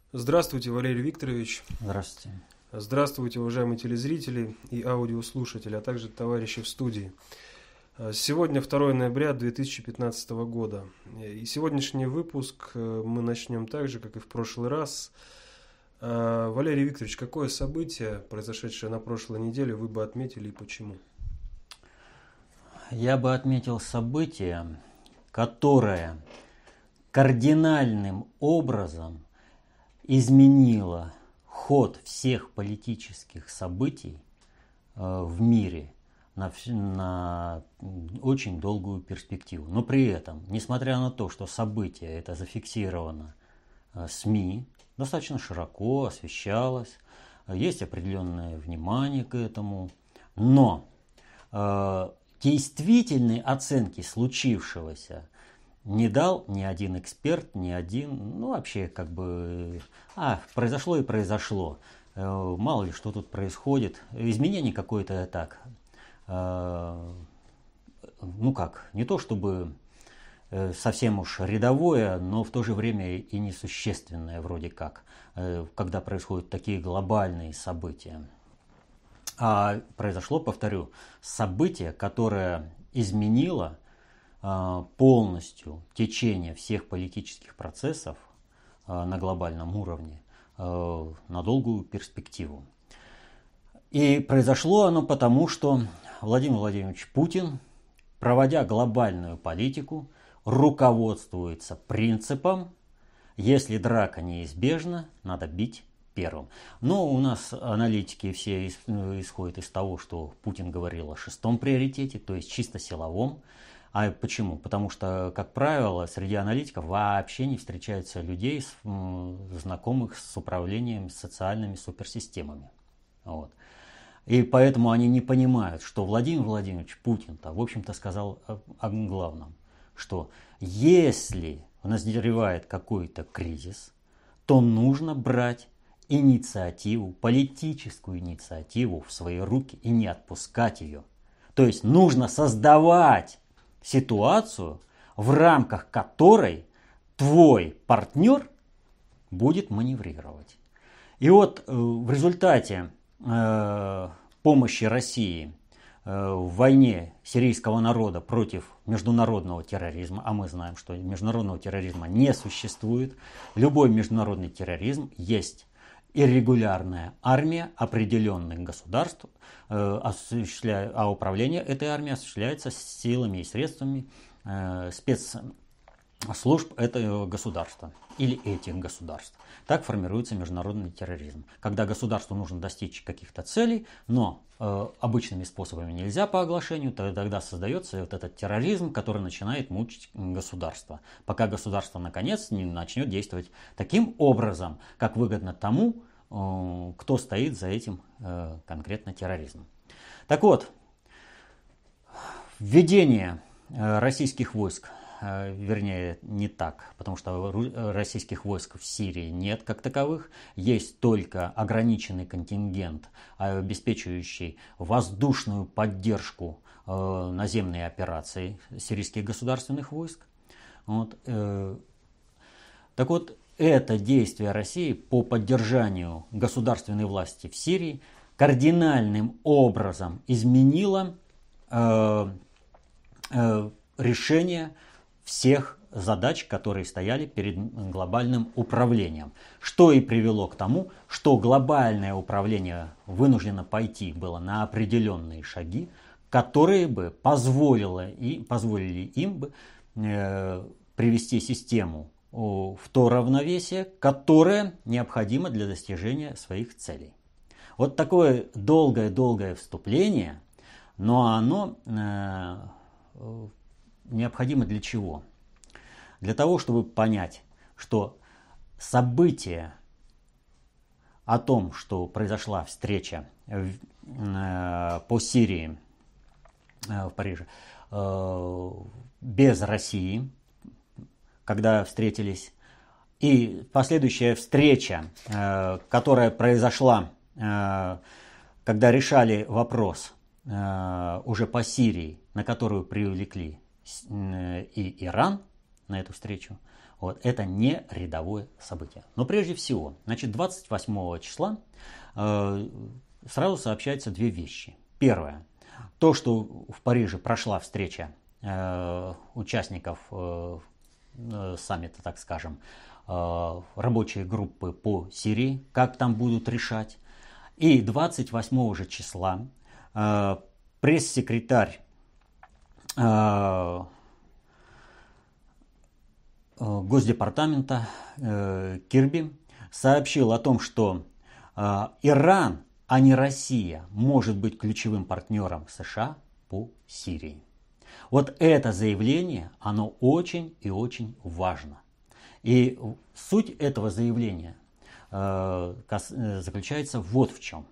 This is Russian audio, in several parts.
Здравствуйте, Валерий Викторович. Здравствуйте. Здравствуйте, уважаемые телезрители и аудиослушатели, а также товарищи в студии. Сегодня 2 ноября 2015 года. И сегодняшний выпуск мы начнем так же, как и в прошлый раз. Валерий Викторович, какое событие, произошедшее на прошлой неделе, вы бы отметили и почему? Я бы отметил событие, которое кардинальным образом изменило ход всех политических событий в мире на очень долгую перспективу. Но при этом, несмотря на то, что событие это зафиксировано СМИ, достаточно широко освещалось, есть определенное внимание к этому, но действительной оценки случившегося не дал ни один эксперт, ни один, вообще произошло и произошло. Мало ли что тут происходит. Изменение какое-то так, не то чтобы совсем уж рядовое, но в то же время и несущественное вроде как, когда происходят такие глобальные события. А произошло, повторю, событие, которое изменило полностью течение всех политических процессов на глобальном уровне на долгую перспективу. И произошло оно потому, что Владимир Владимирович Путин, проводя глобальную политику, руководствуется принципом: если драка неизбежна, надо бить первым. Но у нас аналитики все исходят из того, что Путин говорил о шестом приоритете, то есть чисто силовом. А почему? Потому что, как правило, среди аналитиков вообще не встречаются людей, знакомых с управлением социальными суперсистемами. Вот. И поэтому они не понимают, что Владимир Владимирович Путин-то, в общем-то, сказал о главном, что если назревает какой-то кризис, то нужно брать инициативу, политическую инициативу в свои руки и не отпускать ее. То есть нужно создавать ситуацию, в рамках которой твой партнер будет маневрировать. И вот в результате помощи России в войне сирийского народа против международного терроризма, а мы знаем, что международного терроризма не существует, любой международный терроризм есть иррегулярная армия определенных государств, а управление этой армией осуществляется силами и средствами спецслужб этого государства или этих государств. Так формируется международный терроризм. Когда государству нужно достичь каких-то целей, но обычными способами нельзя по оглашению, тогда создается вот этот терроризм, который начинает мучить государство, пока государство наконец не начнет действовать таким образом, как выгодно тому, кто стоит за этим конкретно терроризмом. Так вот, введение российских войск, вернее, не так, потому что российских войск в Сирии нет как таковых, есть только ограниченный контингент, обеспечивающий воздушную поддержку наземной операции сирийских государственных войск. Вот. Так вот, это действие России по поддержанию государственной власти в Сирии кардинальным образом изменило решение всех задач, которые стояли перед глобальным управлением. Что и привело к тому, что глобальное управление вынуждено пойти было на определенные шаги, которые бы позволили им бы привести систему в то равновесие, которое необходимо для достижения своих целей. Вот такое долгое вступление, но оно необходимо для чего? Для того, чтобы понять, что событие о том, что произошла встреча по Сирии в Париже без России, когда встретились, и последующая встреча, которая произошла, когда решали вопрос уже по Сирии, на которую привлекли и Иран на эту встречу, Вот, это не рядовое событие. Но прежде всего, значит, 28 числа сразу сообщаются две вещи. Первое. То, что в Париже прошла встреча участников саммита, так скажем, рабочей группы по Сирии, как там будут решать. И 28 же числа пресс-секретарь Госдепартамента Кирби сообщил о том, что Иран, а не Россия, может быть ключевым партнером США по Сирии. Вот это заявление, оно очень и очень важно. И суть этого заявления заключается вот в чем.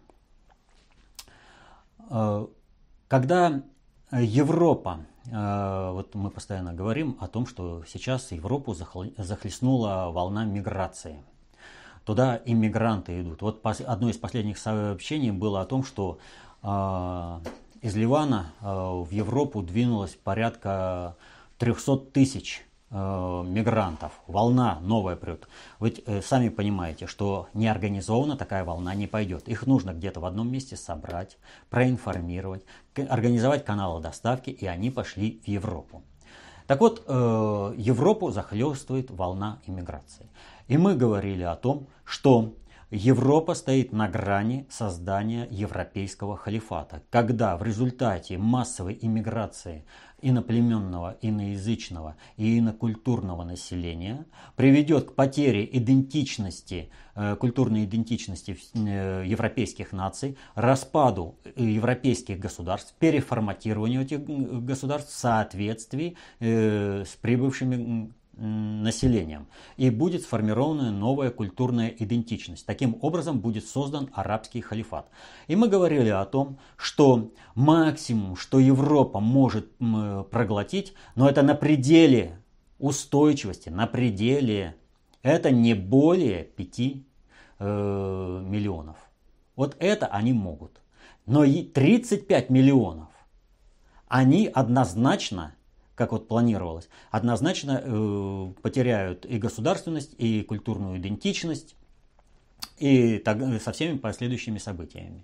Когда Европа, вот мы постоянно говорим о том, что сейчас Европу захлестнула волна миграции. Туда иммигранты идут. Вот одно из последних сообщений было о том, что из Ливана в Европу двинулось порядка 300 тысяч мигрантов. Волна новая прет. Вы сами понимаете, что неорганизованно такая волна не пойдет. Их нужно где-то в одном месте собрать, проинформировать, организовать каналы доставки, и они пошли в Европу. Так вот, Европу захлестывает волна иммиграции. И мы говорили о том, что Европа стоит на грани создания европейского халифата, когда в результате массовой иммиграции иноплеменного, иноязычного и инокультурного населения приведет к потере идентичности, культурной идентичности европейских наций, распаду европейских государств, переформатированию этих государств в соответствии с прибывшими населением. И будет сформирована новая культурная идентичность. Таким образом будет создан арабский халифат. И мы говорили о том, что максимум, что Европа может проглотить, но это на пределе устойчивости, на пределе, это не более 5 миллионов. Вот это они могут. Но и 35 миллионов они однозначно, как вот планировалось, однозначно потеряют и государственность, и культурную идентичность, и со всеми последующими событиями.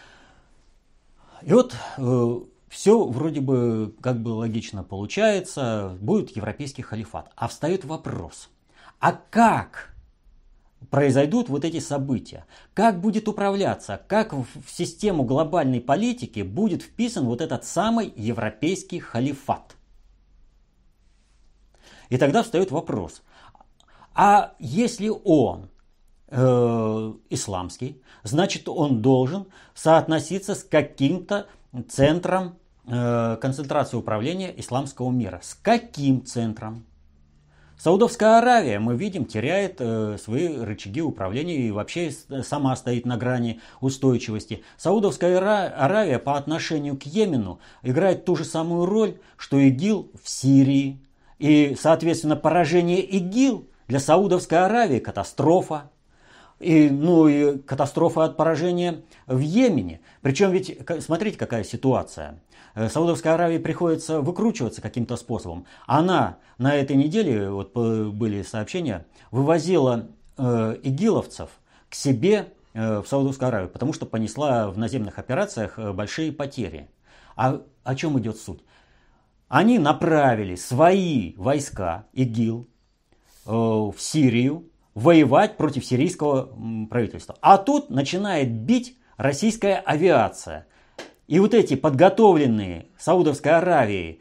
И вот все вроде бы как бы логично получается, будет европейский халифат. А встает вопрос, а как произойдут вот эти события? Как будет управляться? Как в систему глобальной политики будет вписан вот этот самый европейский халифат? И тогда встает вопрос, а если он исламский, значит он должен соотноситься с каким-то центром концентрации управления исламского мира. С каким центром? Саудовская Аравия, мы видим, теряет свои рычаги управления и вообще сама стоит на грани устойчивости. Саудовская Аравия по отношению к Йемену играет ту же самую роль, что ИГИЛ в Сирии. И, соответственно, поражение ИГИЛ для Саудовской Аравии катастрофа. И катастрофа от поражения в Йемене. Причем ведь, смотрите, какая ситуация. Саудовской Аравии приходится выкручиваться каким-то способом. Она на этой неделе, вот были сообщения, вывозила игиловцев к себе в Саудовскую Аравию, потому что понесла в наземных операциях большие потери. А о чем идет суть? Они направили свои войска, ИГИЛ, в Сирию, воевать против сирийского правительства. А тут начинает бить российская авиация. И вот эти подготовленные Саудовской Аравией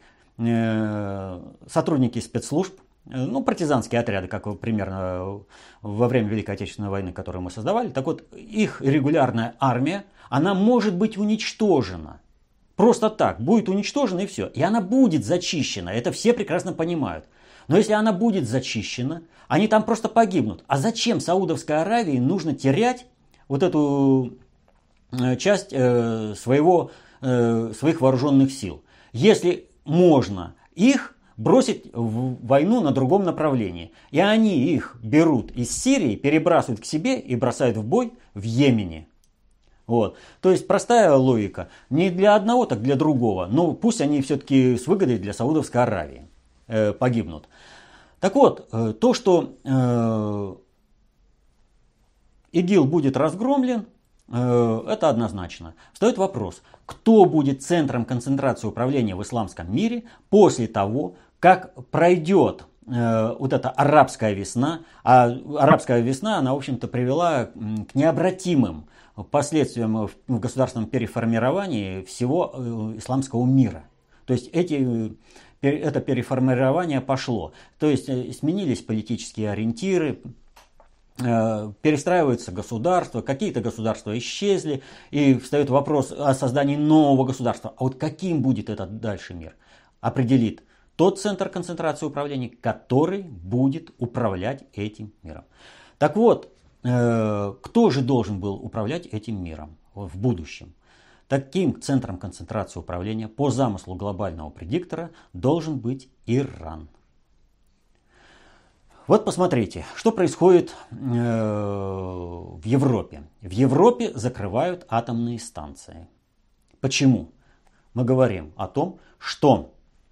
сотрудники спецслужб, партизанские отряды, как примерно во время Великой Отечественной войны, которую мы создавали, так вот, их регулярная армия, она может быть уничтожена. Просто так, будет уничтожена и все. И она будет зачищена, это все прекрасно понимают. Но если она будет зачищена, они там просто погибнут. А зачем Саудовской Аравии нужно терять вот эту часть своих вооруженных сил, если можно их бросить в войну на другом направлении? И они их берут из Сирии, перебрасывают к себе и бросают в бой в Йемене. Вот. То есть простая логика. Не для одного, так для другого. Но пусть они все-таки с выгодой для Саудовской Аравии погибнут. Так вот, то, что ИГИЛ будет разгромлен, это однозначно. Встает вопрос, кто будет центром концентрации управления в исламском мире после того, как пройдет вот эта арабская весна. А арабская весна, она, в общем-то, привела к необратимым последствиям в государственном переформировании всего исламского мира. То есть это переформирование пошло. То есть сменились политические ориентиры, перестраиваются государства, какие-то государства исчезли, и встает вопрос о создании нового государства. А вот каким будет этот дальше мир, определит тот центр концентрации управления, который будет управлять этим миром. Так вот, кто же должен был управлять этим миром в будущем? Таким центром концентрации управления по замыслу глобального предиктора должен быть Иран. Вот посмотрите, что происходит в Европе. В Европе закрывают атомные станции. Почему? Мы говорим о том, что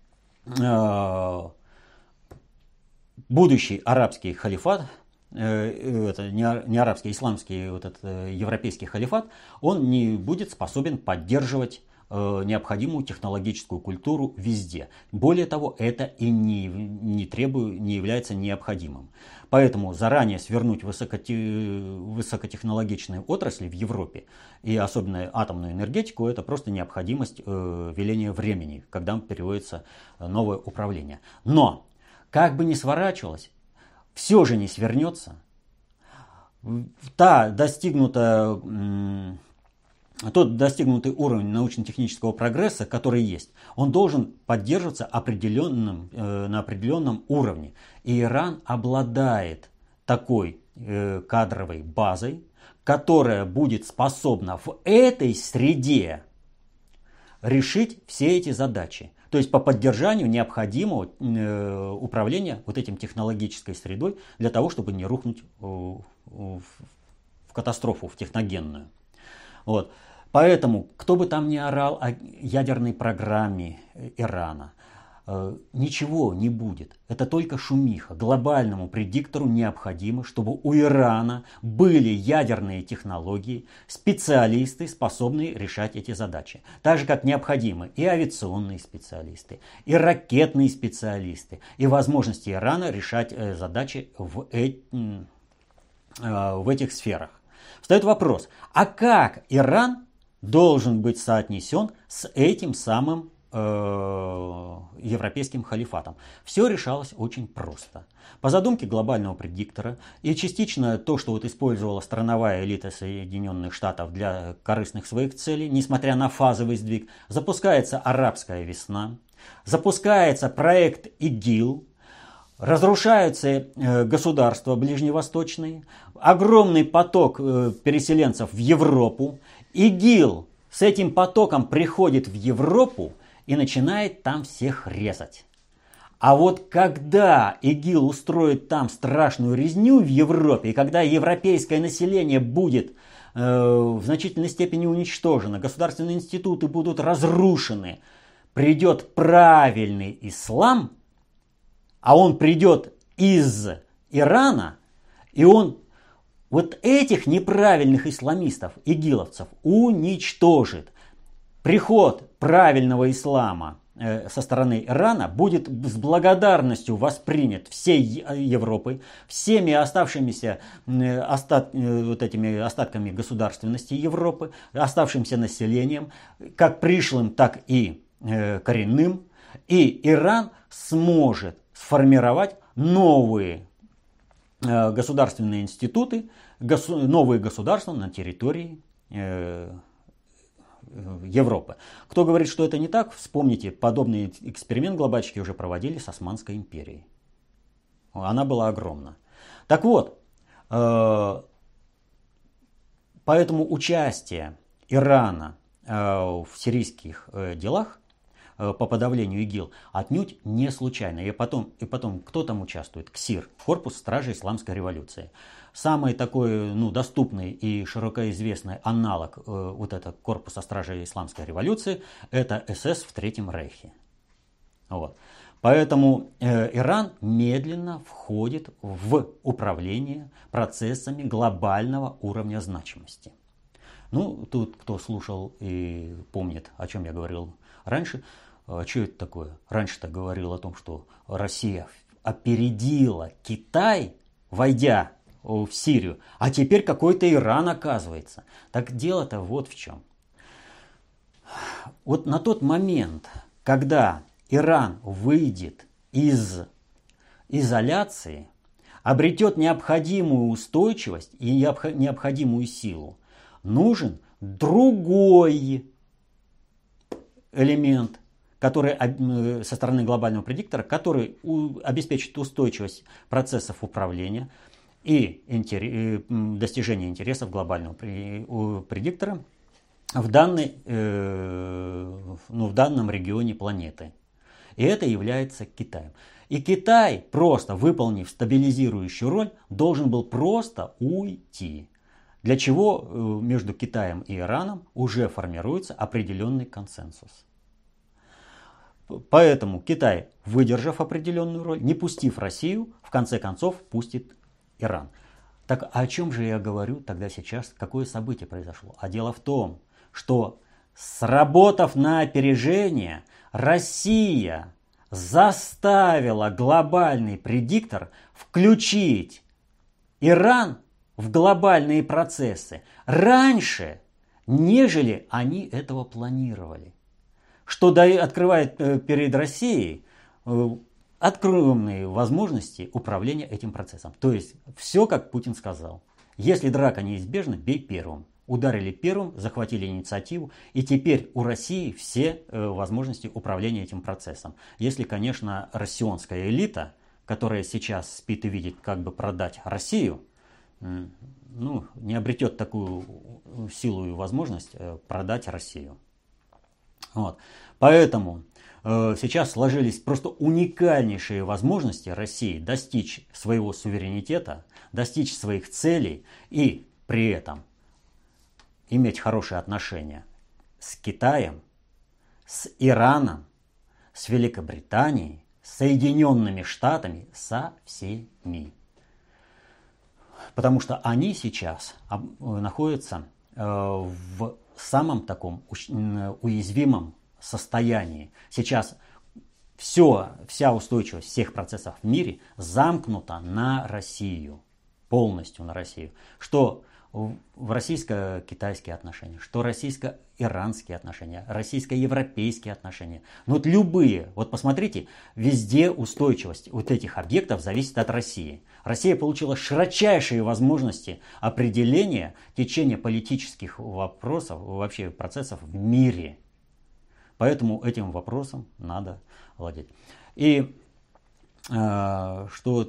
будущий арабский халифат, это не арабский, а исламский, вот этот европейский халифат, он не будет способен поддерживать необходимую технологическую культуру везде. Более того, это и не является необходимым. Поэтому заранее свернуть высокотехнологичные отрасли в Европе, и особенно атомную энергетику, это просто необходимость веления времени, когда переводится новое управление. Но, как бы ни сворачивалось, все же не свернется. Тот достигнутый уровень научно-технического прогресса, который есть, он должен поддерживаться на определенном уровне. И Иран обладает такой кадровой базой, которая будет способна в этой среде решить все эти задачи. То есть по поддержанию необходимого управления вот этим технологической средой для того, чтобы не рухнуть в катастрофу, в техногенную. Вот. Поэтому, кто бы там ни орал о ядерной программе Ирана, ничего не будет. Это только шумиха. Глобальному предиктору необходимо, чтобы у Ирана были ядерные технологии, специалисты, способные решать эти задачи. Так же, как необходимы и авиационные специалисты, и ракетные специалисты, и возможности Ирана решать задачи в этих сферах. Встает вопрос, а как Иран должен быть соотнесен с этим самым европейским халифатом? Все решалось очень просто. По задумке глобального предиктора и частично то, что вот использовала страновая элита Соединенных Штатов для корыстных своих целей, несмотря на фазовый сдвиг, запускается арабская весна, запускается проект ИГИЛ, разрушаются государства ближневосточные, огромный поток переселенцев в Европу. ИГИЛ с этим потоком приходит в Европу и начинает там всех резать. А вот когда ИГИЛ устроит там страшную резню в Европе, и когда европейское население будет в значительной степени уничтожено, государственные институты будут разрушены, придет правильный ислам, а он придет из Ирана, и он вот этих неправильных исламистов, игиловцев, уничтожит. Приход правильного ислама со стороны Ирана будет с благодарностью воспринят всей Европой, всеми оставшимися остатками государственности Европы, оставшимся населением, как пришлым, так и коренным. И Иран сможет сформировать новые государственные институты, новые государства на территории Европы. Кто говорит, что это не так, вспомните, подобный эксперимент глобальщики уже проводили с Османской империей. Она была огромна. Так вот, поэтому участие Ирана в сирийских делах по подавлению ИГИЛ отнюдь не случайно. И потом, кто там участвует? КСИР, Корпус Стражей Исламской революции. Самый такой доступный и широко известный аналог вот этого Корпуса Стражей Исламской революции — это СС в Третьем Рейхе. Вот. Поэтому Иран медленно входит в управление процессами глобального уровня значимости. Ну, тут кто слушал и помнит, о чем я говорил раньше, что это такое? Раньше-то говорил о том, что Россия опередила Китай, войдя в Сирию, а теперь какой-то Иран оказывается. Так дело-то вот в чем. Вот на тот момент, когда Иран выйдет из изоляции, обретет необходимую устойчивость и необходимую силу, нужен другой элемент, который со стороны глобального предиктора, который обеспечит устойчивость процессов управления и достижение интересов глобального предиктора в данном регионе планеты. И это является Китаем. И Китай, просто выполнив стабилизирующую роль, должен был просто уйти. Для чего между Китаем и Ираном уже формируется определенный консенсус. Поэтому Китай, выдержав определенную роль, не пустив Россию, в конце концов пустит Иран. Так о чем же я говорю тогда сейчас? Какое событие произошло? А дело в том, что сработав на опережение, Россия заставила глобальный предиктор включить Иран в глобальные процессы раньше, нежели они этого планировали. Что открывает перед Россией огромные возможности управления этим процессом. То есть все, как Путин сказал. Если драка неизбежна, бей первым. Ударили первым, захватили инициативу, и теперь у России все возможности управления этим процессом. Если, конечно, россионская элита, которая сейчас спит и видит, как бы продать Россию, не обретет такую силу и возможность продать Россию. Вот. Поэтому сейчас сложились просто уникальнейшие возможности России достичь своего суверенитета, достичь своих целей и при этом иметь хорошие отношения с Китаем, с Ираном, с Великобританией, с Соединенными Штатами, со всеми. Потому что они сейчас находятся в самом таком уязвимом состоянии. Сейчас вся устойчивость всех процессов в мире замкнута на Россию, полностью на Россию. Что в российско-китайские отношения, что российско-иранские отношения, российско-европейские отношения. Вот любые, вот посмотрите, везде устойчивость вот этих объектов зависит от России. Россия получила широчайшие возможности определения течения политических вопросов, вообще процессов в мире. Поэтому этим вопросом надо владеть. И что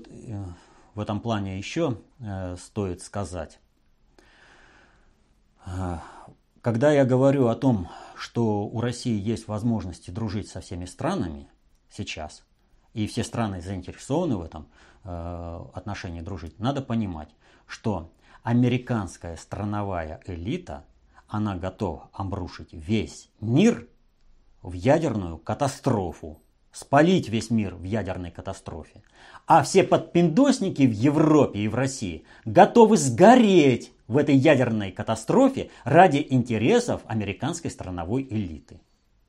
в этом плане еще стоит сказать. Когда я говорю о том, что у России есть возможности дружить со всеми странами сейчас, и все страны заинтересованы в этом отношении дружить, надо понимать, что американская страновая элита, она готова обрушить весь мир в ядерную катастрофу, спалить весь мир в ядерной катастрофе. А все подпиндосники в Европе и в России готовы сгореть в этой ядерной катастрофе ради интересов американской страновой элиты.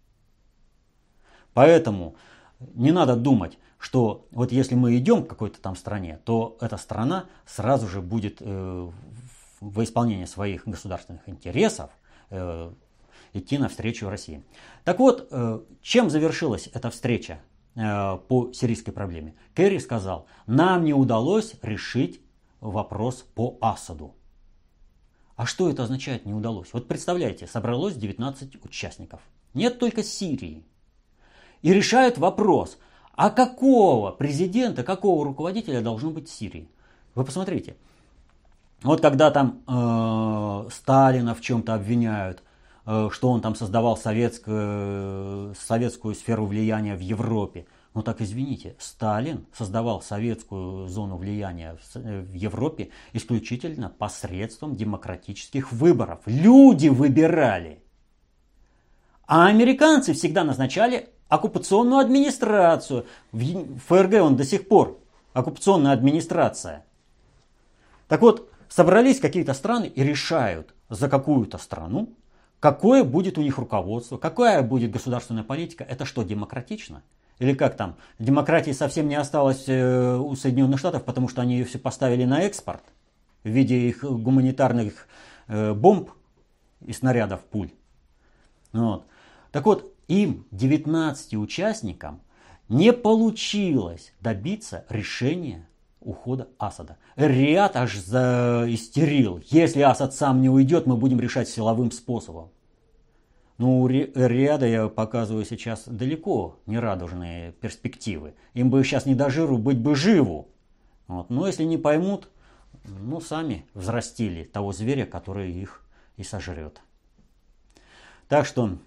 Поэтому не надо думать, что вот если мы идем к какой-то там стране, то эта страна сразу же будет во исполнение своих государственных интересов идти навстречу России. Так вот, чем завершилась эта встреча по сирийской проблеме? Керри сказал, нам не удалось решить вопрос по Асаду. А что это означает не удалось? Вот представляете, собралось 19 участников. Нет только Сирии. И решают вопрос, а какого президента, какого руководителя должно быть в Сирии? Вы посмотрите. Вот когда там Сталина в чем-то обвиняют, что он там создавал советскую сферу влияния в Европе. Ну так извините, Сталин создавал советскую зону влияния в Европе исключительно посредством демократических выборов. Люди выбирали. А американцы всегда назначали оккупационную администрацию. В ФРГ он до сих пор оккупационная администрация. Так вот, собрались какие-то страны и решают за какую-то страну, какое будет у них руководство, какая будет государственная политика. Это что, демократично? Или как там, демократии совсем не осталось у Соединенных Штатов, потому что они ее все поставили на экспорт в виде их гуманитарных бомб и снарядов пуль. Вот. Так вот, им, 19 участникам, не получилось добиться решения ухода Асада. Эр-Рияд аж заистерил. Если Асад сам не уйдет, мы будем решать силовым способом. Ну, у Эр-Рияда я показываю сейчас далеко нерадужные перспективы. Им бы сейчас не до жиру, быть бы живу. Вот. Но если не поймут, ну, сами взрастили того зверя, который их и сожрет. Так что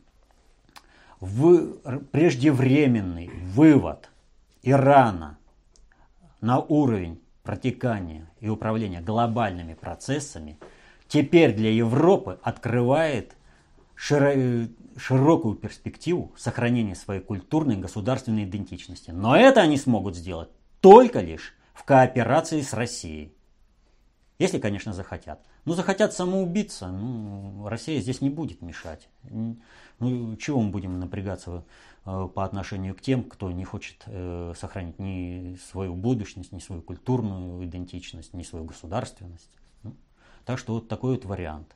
преждевременный вывод Ирана на уровень протекания и управления глобальными процессами теперь для Европы открывает широкую перспективу сохранения своей культурной и государственной идентичности. Но это они смогут сделать только лишь в кооперации с Россией. Если, конечно, захотят. Ну, захотят самоубиться, ну, Россия здесь не будет мешать. Ну, чего мы будем напрягаться по отношению к тем, кто не хочет сохранить ни свою будущность, ни свою культурную идентичность, ни свою государственность. Ну, так что вот такой вот вариант.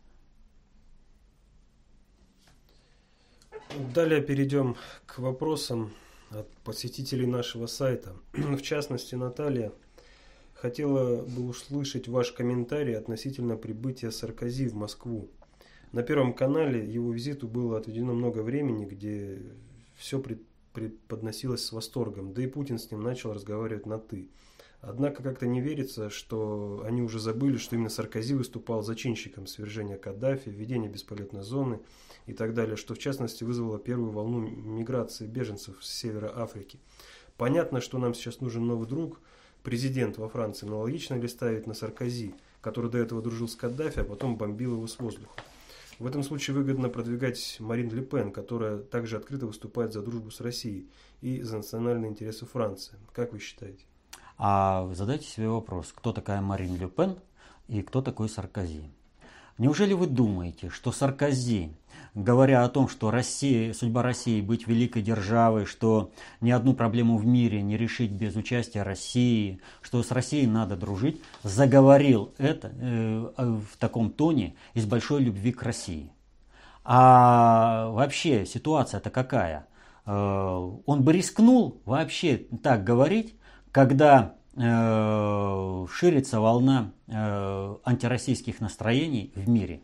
Далее перейдем к вопросам от посетителей нашего сайта. В частности, Наталья хотела бы услышать ваш комментарий относительно прибытия Саркози в Москву. На Первом канале его визиту было отведено много времени, где все преподносилось с восторгом, да и Путин с ним начал разговаривать на «ты». Однако как-то не верится, что они уже забыли, что именно Саркози выступал зачинщиком свержения Каддафи, введения бесполетной зоны и так далее, что в частности вызвало первую волну миграции беженцев с севера Африки. Понятно, что нам сейчас нужен новый друг, президент во Франции, но логично ли ставить на Саркози, который до этого дружил с Каддафи, а потом бомбил его с воздуха? В этом случае выгодно продвигать Марин Ле Пен, которая также открыто выступает за дружбу с Россией и за национальные интересы Франции. Как вы считаете? А задайте себе вопрос, кто такая Марин Ле Пен и кто такой Саркози? Неужели вы думаете, что Саркози, говоря о том, что судьба России быть великой державой, что ни одну проблему в мире не решить без участия России, что с Россией надо дружить, заговорил это в таком тоне из большой любви к России? А вообще ситуация-то какая? Он бы рискнул вообще так говорить, когда ширится волна антироссийских настроений в мире.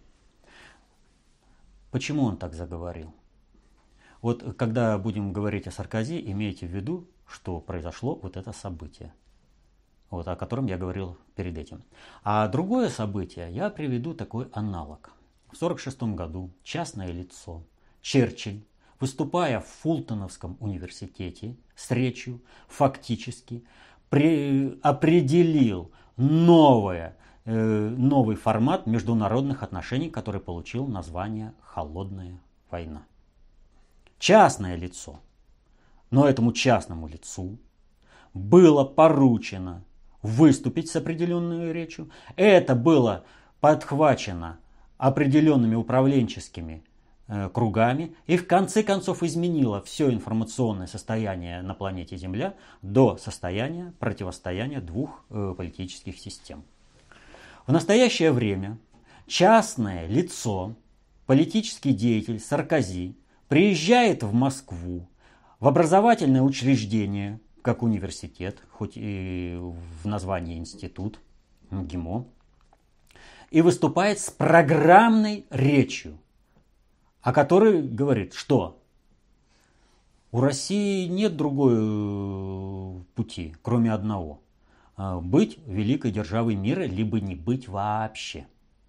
Почему он так заговорил? Вот когда будем говорить о Саркози, имейте в виду, что произошло вот это событие, вот, о котором я говорил перед этим. А другое событие, я приведу такой аналог. В 1946 году частное лицо Черчилль, выступая в Фултоновском университете с речью, фактически определил новый формат международных отношений, который получил название «Холодная война». Частное лицо, но этому частному лицу было поручено выступить с определенной речью. Это было подхвачено определенными управленческими кругами и в конце концов изменило все информационное состояние на планете Земля до состояния противостояния двух политических систем. В настоящее время частное лицо, политический деятель Саркози приезжает в Москву, в образовательное учреждение, как университет, хоть и в названии институт, МГИМО, и выступает с программной речью, о которой говорит, что у России нет другой пути, кроме одного. Быть великой державой мира, либо не быть вообще.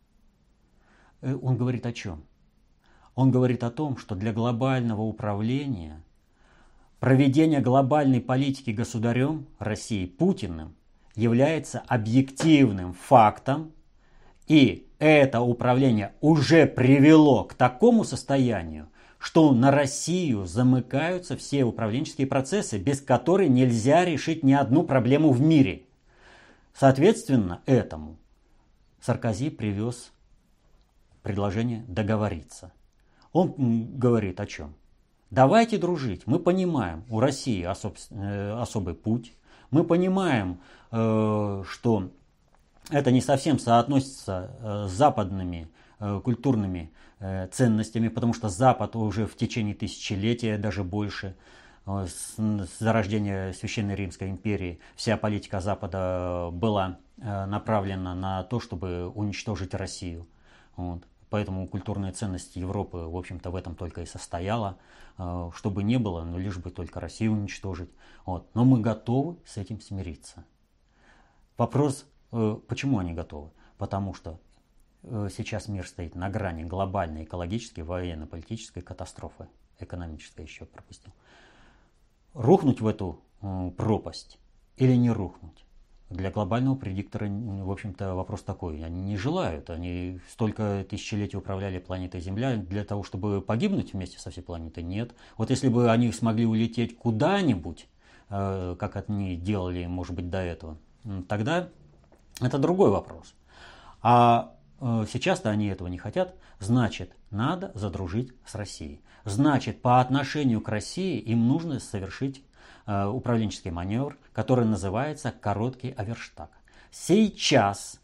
Он говорит о чем? Он говорит о том, что для глобального управления, проведение глобальной политики государем России Путиным является объективным фактом, и это управление уже привело к такому состоянию, что на Россию замыкаются все управленческие процессы, без которых нельзя решить ни одну проблему в мире. Соответственно, этому Саркози привез предложение договориться. Он говорит о чем? Давайте дружить. Мы понимаем, у России особый путь. Мы понимаем, что это не совсем соотносится с западными культурными ценностями, потому что Запад уже в течение тысячелетия, даже больше, с зарождения Священной Римской империи, вся политика Запада была направлена на то, чтобы уничтожить Россию. Вот. Поэтому культурные ценности Европы, в общем-то, в этом только и состояла. Чтобы не было, но лишь бы только Россию уничтожить. Вот. Но мы готовы с этим смириться. Вопрос, почему они готовы? Потому что сейчас мир стоит на грани глобальной экологической, военно-политической катастрофы. Экономической еще пропустил. Рухнуть в эту пропасть или не рухнуть? Для глобального предиктора, в общем-то, вопрос такой. Они не желают. Они столько тысячелетий управляли планетой Земля для того, чтобы погибнуть вместе со всей планетой? Нет. Вот если бы они смогли улететь куда-нибудь, как они делали, может быть, до этого, тогда это другой вопрос. А сейчас-то они этого не хотят. Значит, надо задружить с Россией. Значит, по отношению к России им нужно совершить управленческий маневр, который называется короткий оверштаг. Сейчас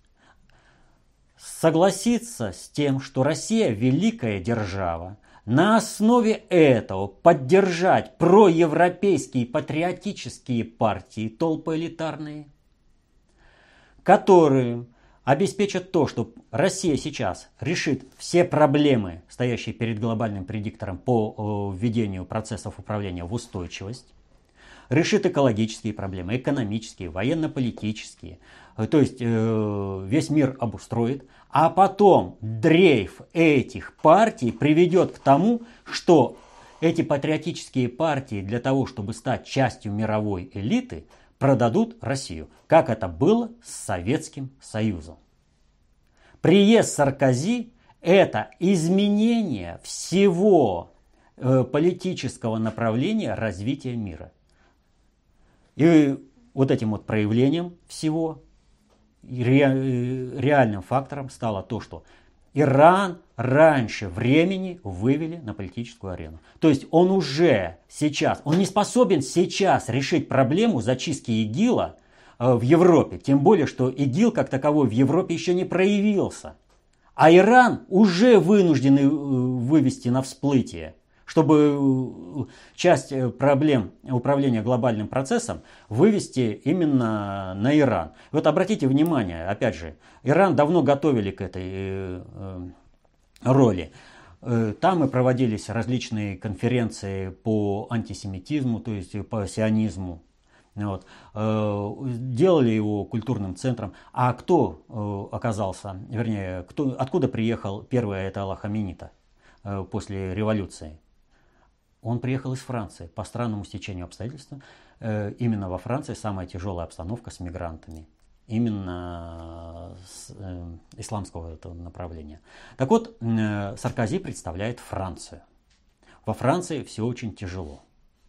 согласиться с тем, что Россия великая держава, на основе этого поддержать проевропейские патриотические партии, толпы элитарные, которые обеспечат то, что Россия сейчас решит все проблемы, стоящие перед глобальным предиктором по введению процессов управления в устойчивость, решит экологические проблемы, экономические, военно-политические, то есть весь мир обустроит, а потом дрейф этих партий приведет к тому, что эти патриотические партии для того, чтобы стать частью мировой элиты, продадут Россию, как это было с Советским Союзом. Приезд Саркози – это изменение всего политического направления развития мира. И вот этим вот проявлением всего, реальным фактором стало то, что Иран раньше времени вывели на политическую арену. То есть он уже сейчас, он не способен сейчас решить проблему зачистки ИГИЛа в Европе. Тем более, что ИГИЛ как таковой в Европе еще не проявился. А Иран уже вынуждены вывести на всплытие, чтобы часть проблем управления глобальным процессом вывести именно на Иран. Вот обратите внимание, опять же, Иран давно готовили к этой роли. Там и проводились различные конференции по антисемитизму, то есть по сионизму. Вот. Делали его культурным центром. А кто оказался, вернее, откуда приехал первый аятолла Хаминита после революции? Он приехал из Франции. По странному стечению обстоятельств, именно во Франции самая тяжелая обстановка с мигрантами. Именно с исламского этого направления. Так вот, Саркози представляет Францию. Во Франции все очень тяжело.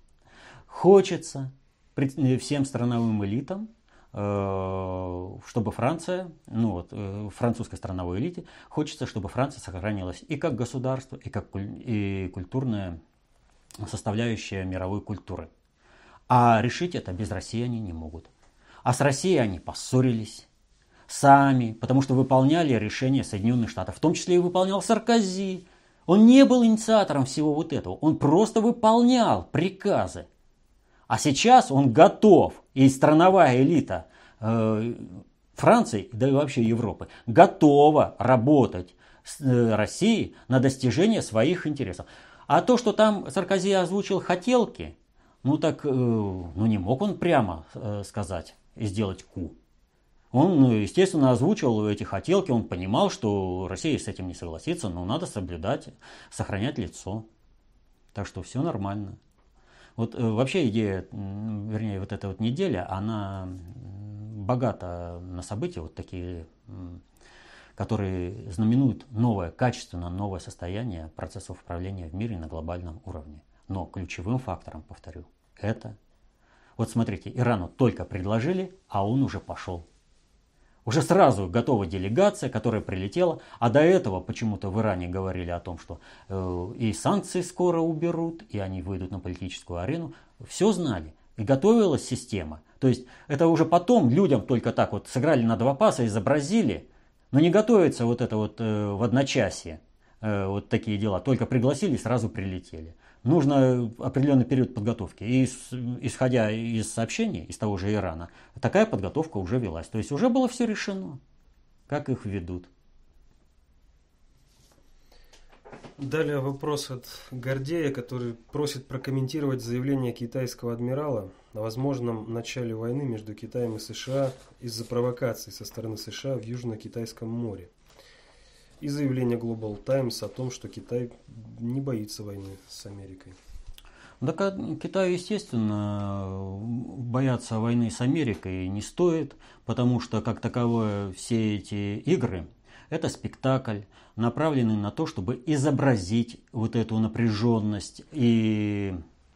Хочется всем страновым элитам, чтобы Франция, французской страновой элите, хочется, чтобы Франция сохранилась и как государство, и как и культурная составляющая мировой культуры. А решить это без России они не могут. А с Россией они поссорились сами, потому что выполняли решения Соединенных Штатов. В том числе и выполнял Саркози. Он не был инициатором всего вот этого. Он просто выполнял приказы. А сейчас он готов, и страновая элита Франции, да и вообще Европы, готова работать с Россией на достижение своих интересов. А то, что там Саркози озвучил хотелки, не мог он прямо сказать и сделать ку. Он, естественно, озвучил эти хотелки, он понимал, что Россия с этим не согласится, но надо соблюдать, сохранять лицо. Так что все нормально. Вот вообще идея, вернее, вот эта вот неделя, она богата на события вот такие, которые знаменуют новое, качественно новое состояние процессов управления в мире на глобальном уровне. Но ключевым фактором, повторю, это... Вот смотрите, Ирану только предложили, а он уже пошел. Уже сразу готова делегация, которая прилетела, а до этого почему-то в Иране говорили о том, что и санкции скоро уберут, и они выйдут на политическую арену. Все знали, и готовилась система. То есть это уже потом людям только так вот сыграли на два паса, изобразили, но не готовится вот это вот в одночасье, вот такие дела. Только пригласили и сразу прилетели. Нужно определенный период подготовки. И исходя из сообщений из того же Ирана, такая подготовка уже велась. То есть уже было все решено, как их ведут. Далее вопрос от Гордея, который просит прокомментировать заявление китайского адмирала о возможном начале войны между Китаем и США из-за провокаций со стороны США в Южно-Китайском море. И заявление Global Times о том, что Китай не боится войны с Америкой. Да, Китаю, естественно, бояться войны с Америкой не стоит, потому что, как таковое, все эти игры – это спектакль, направленный на то, чтобы изобразить вот эту напряженность и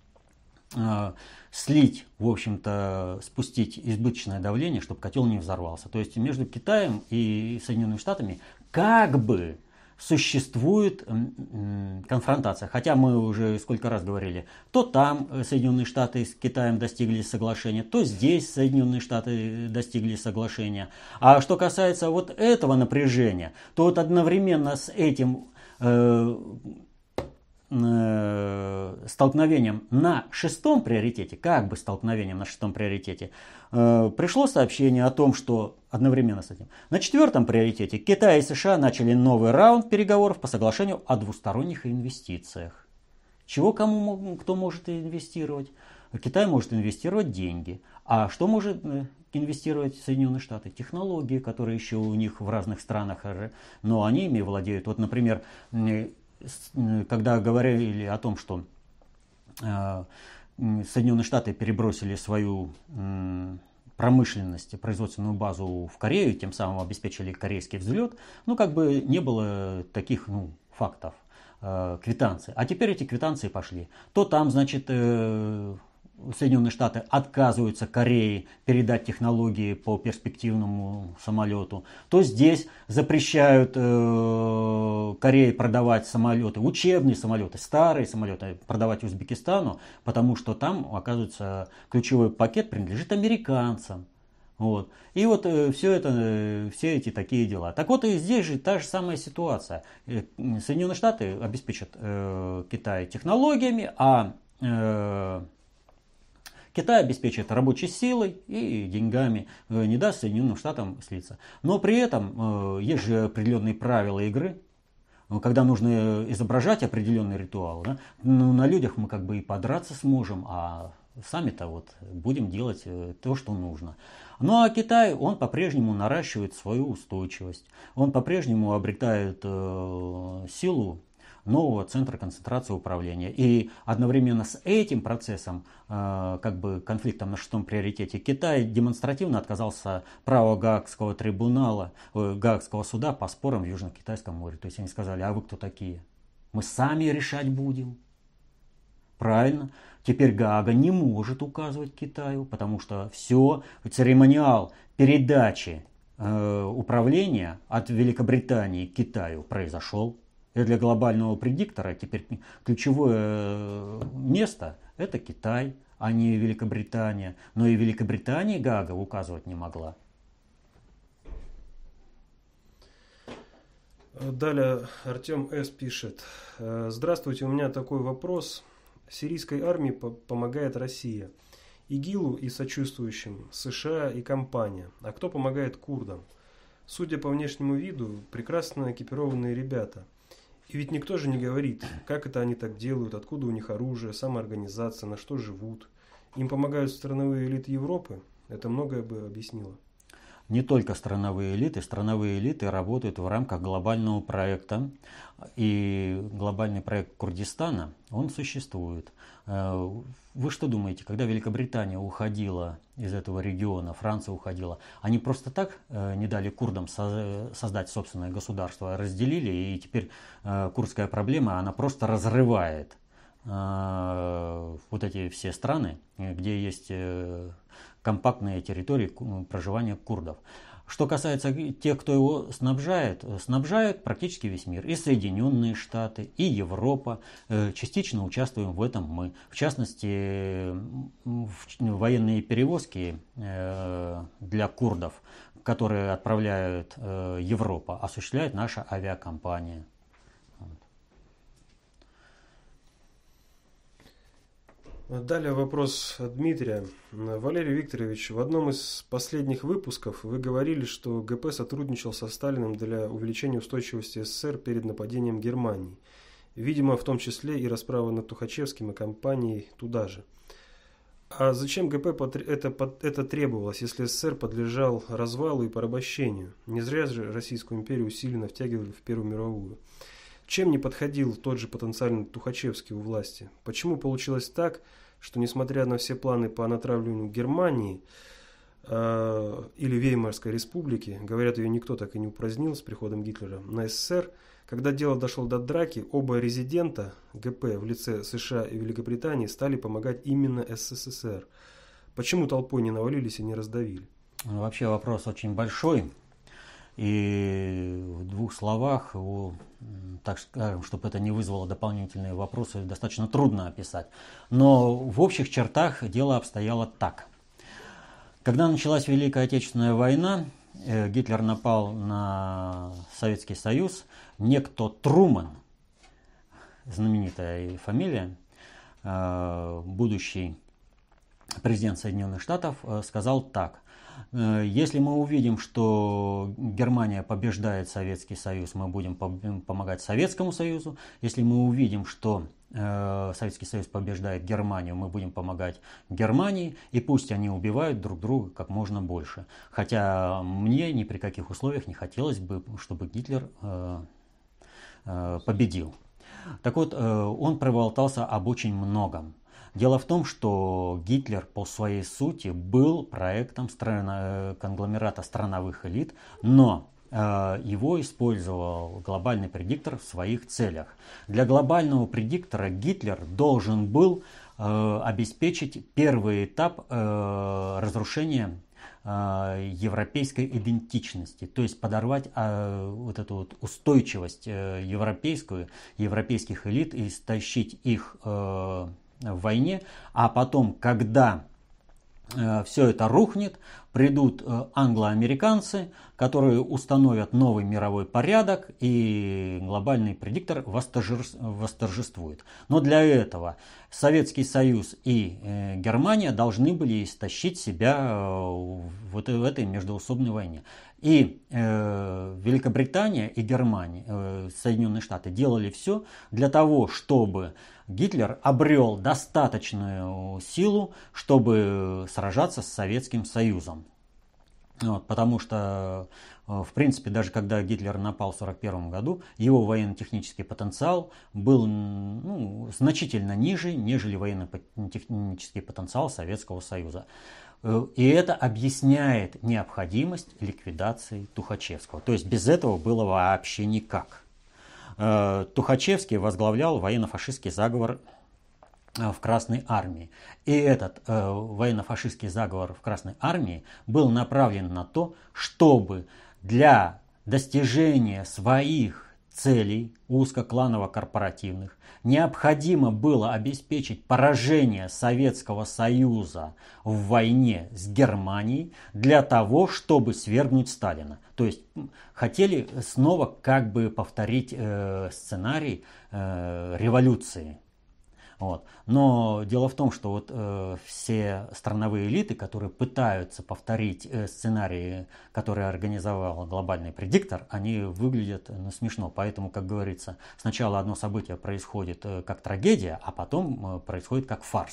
слить, в общем-то, спустить избыточное давление, чтобы котел не взорвался. То есть между Китаем и Соединенными Штатами как бы существует конфронтация. Хотя мы уже сколько раз говорили, то там Соединенные Штаты с Китаем достигли соглашения, то здесь Соединенные Штаты достигли соглашения. А что касается вот этого напряжения, то вот одновременно с этим столкновением на шестом приоритете, как бы столкновением на шестом приоритете, пришло сообщение о том, что одновременно с этим на четвертом приоритете Китай и США начали новый раунд переговоров по соглашению о двусторонних инвестициях. Чего кто может инвестировать? Китай может инвестировать деньги. А что может инвестировать Соединенные Штаты? Технологии, которые еще у них в разных странах, но они ими владеют. Вот, например, когда говорили о том, что Соединенные Штаты перебросили свою промышленность, производственную базу в Корею, тем самым обеспечили корейский взлет, как бы не было таких фактов, квитанций. А теперь эти квитанции пошли. То там, значит, Соединенные Штаты отказываются Корее передать технологии по перспективному самолету, то здесь запрещают Корее продавать самолеты, учебные самолеты, старые самолеты продавать Узбекистану, потому что там, оказывается, ключевой пакет принадлежит американцам. Вот. И вот все эти такие дела. Так вот и здесь же та же самая ситуация. Соединенные Штаты обеспечат Китай технологиями, а Китай обеспечит рабочей силой и деньгами, не даст Соединенным Штатам слиться. Но при этом есть же определенные правила игры, когда нужно изображать определенный ритуал. Да? На людях мы как бы и подраться сможем, а сами-то вот будем делать то, что нужно. Ну а Китай, он по-прежнему наращивает свою устойчивость, он по-прежнему обретает силу нового центра концентрации управления. И одновременно с этим процессом, как бы конфликтом на шестом приоритете, Китай демонстративно отказался права Гаагского трибунала, Гаагского суда по спорам в Южно-Китайском море. То есть они сказали: а вы кто такие? Мы сами решать будем. Правильно. Теперь Гаага не может указывать Китаю, потому что все, церемониал передачи управления от Великобритании к Китаю произошел. И для глобального предиктора теперь ключевое место – это Китай, а не Великобритания. Но и Великобритания Гаага указывать не могла. Далее Артем С. пишет. Здравствуйте, у меня такой вопрос. Сирийской армии помогает Россия, ИГИЛу и сочувствующим США и компания. А кто помогает курдам? Судя по внешнему виду, прекрасно экипированные ребята. И ведь никто же не говорит, как это они так делают, откуда у них оружие, самоорганизация, на что живут. Им помогают страновые элиты Европы. Это многое бы объяснило. не только страновые элиты работают в рамках глобального проекта. И глобальный проект Курдистана, он существует. Вы что думаете, когда Великобритания уходила из этого региона, Франция уходила, они просто так не дали курдам создать собственное государство, а разделили, и теперь курдская проблема, она просто разрывает вот эти все страны, где есть компактные территории проживания курдов. Что касается тех, кто его снабжает практически весь мир. И Соединенные Штаты, и Европа. Частично участвуем в этом мы. В частности, военные перевозки для курдов, которые отправляет Европа, осуществляет наша авиакомпания. Далее вопрос от Дмитрия. Валерий Викторович, в одном из последних выпусков вы говорили, что ГП сотрудничал со Сталиным для увеличения устойчивости СССР перед нападением Германии. Видимо, в том числе и расправа над Тухачевским и компанией туда же. А зачем ГП это требовалось, если СССР подлежал развалу и порабощению? Не зря же Российскую империю усиленно втягивали в Первую мировую. Чем не подходил тот же потенциально Тухачевский у власти? Почему получилось так, что несмотря на все планы по натравливанию Германии или Веймарской республики, говорят, ее никто так и не упразднил с приходом Гитлера, на СССР, когда дело дошло до драки, оба резидента ГП в лице США и Великобритании стали помогать именно СССР. Почему толпой не навалились и не раздавили? Вообще вопрос очень большой. И в двух словах, так скажем, чтобы это не вызвало дополнительные вопросы, достаточно трудно описать. Но в общих чертах дело обстояло так. Когда началась Великая Отечественная война, Гитлер напал на Советский Союз, некто Трумэн, знаменитая фамилия, будущий президент Соединенных Штатов, сказал так. Если мы увидим, что Германия побеждает Советский Союз, мы будем помогать Советскому Союзу. Если мы увидим, что Советский Союз побеждает Германию, мы будем помогать Германии. И пусть они убивают друг друга как можно больше. Хотя мне ни при каких условиях не хотелось бы, чтобы Гитлер победил. Так вот, он проболтался об очень многом. Дело в том, что Гитлер по своей сути был проектом конгломерата страновых элит, но его использовал глобальный предиктор в своих целях. Для глобального предиктора Гитлер должен был обеспечить первый этап разрушения европейской идентичности, то есть подорвать вот эту вот устойчивость европейских элит и истощить их в войне, а потом, когда все это рухнет, придут англо-американцы, которые установят новый мировой порядок, и глобальный предиктор восторжествует. Но для этого Советский Союз и Германия должны были истощить себя в этой междоусобной войне. И Великобритания и Германия, Соединенные Штаты делали все для того, чтобы Гитлер обрел достаточную силу, чтобы сражаться с Советским Союзом. Вот, потому что, в принципе, даже когда Гитлер напал в 1941 году, его военно-технический потенциал был значительно ниже, нежели военно-технический потенциал Советского Союза. И это объясняет необходимость ликвидации Тухачевского. То есть без этого было вообще никак. Тухачевский возглавлял военно-фашистский заговор в Красной Армии. И этот военно-фашистский заговор в Красной Армии был направлен на то, чтобы для достижения своих целей узкокланово-корпоративных необходимо было обеспечить поражение Советского Союза в войне с Германией для того, чтобы свергнуть Сталина. То есть хотели снова как бы повторить сценарий революции. Вот. Но дело в том, что вот все страновые элиты, которые пытаются повторить сценарии, которые организовал глобальный предиктор, они выглядят смешно. Поэтому, как говорится, сначала одно событие происходит как трагедия, а потом происходит как фарс.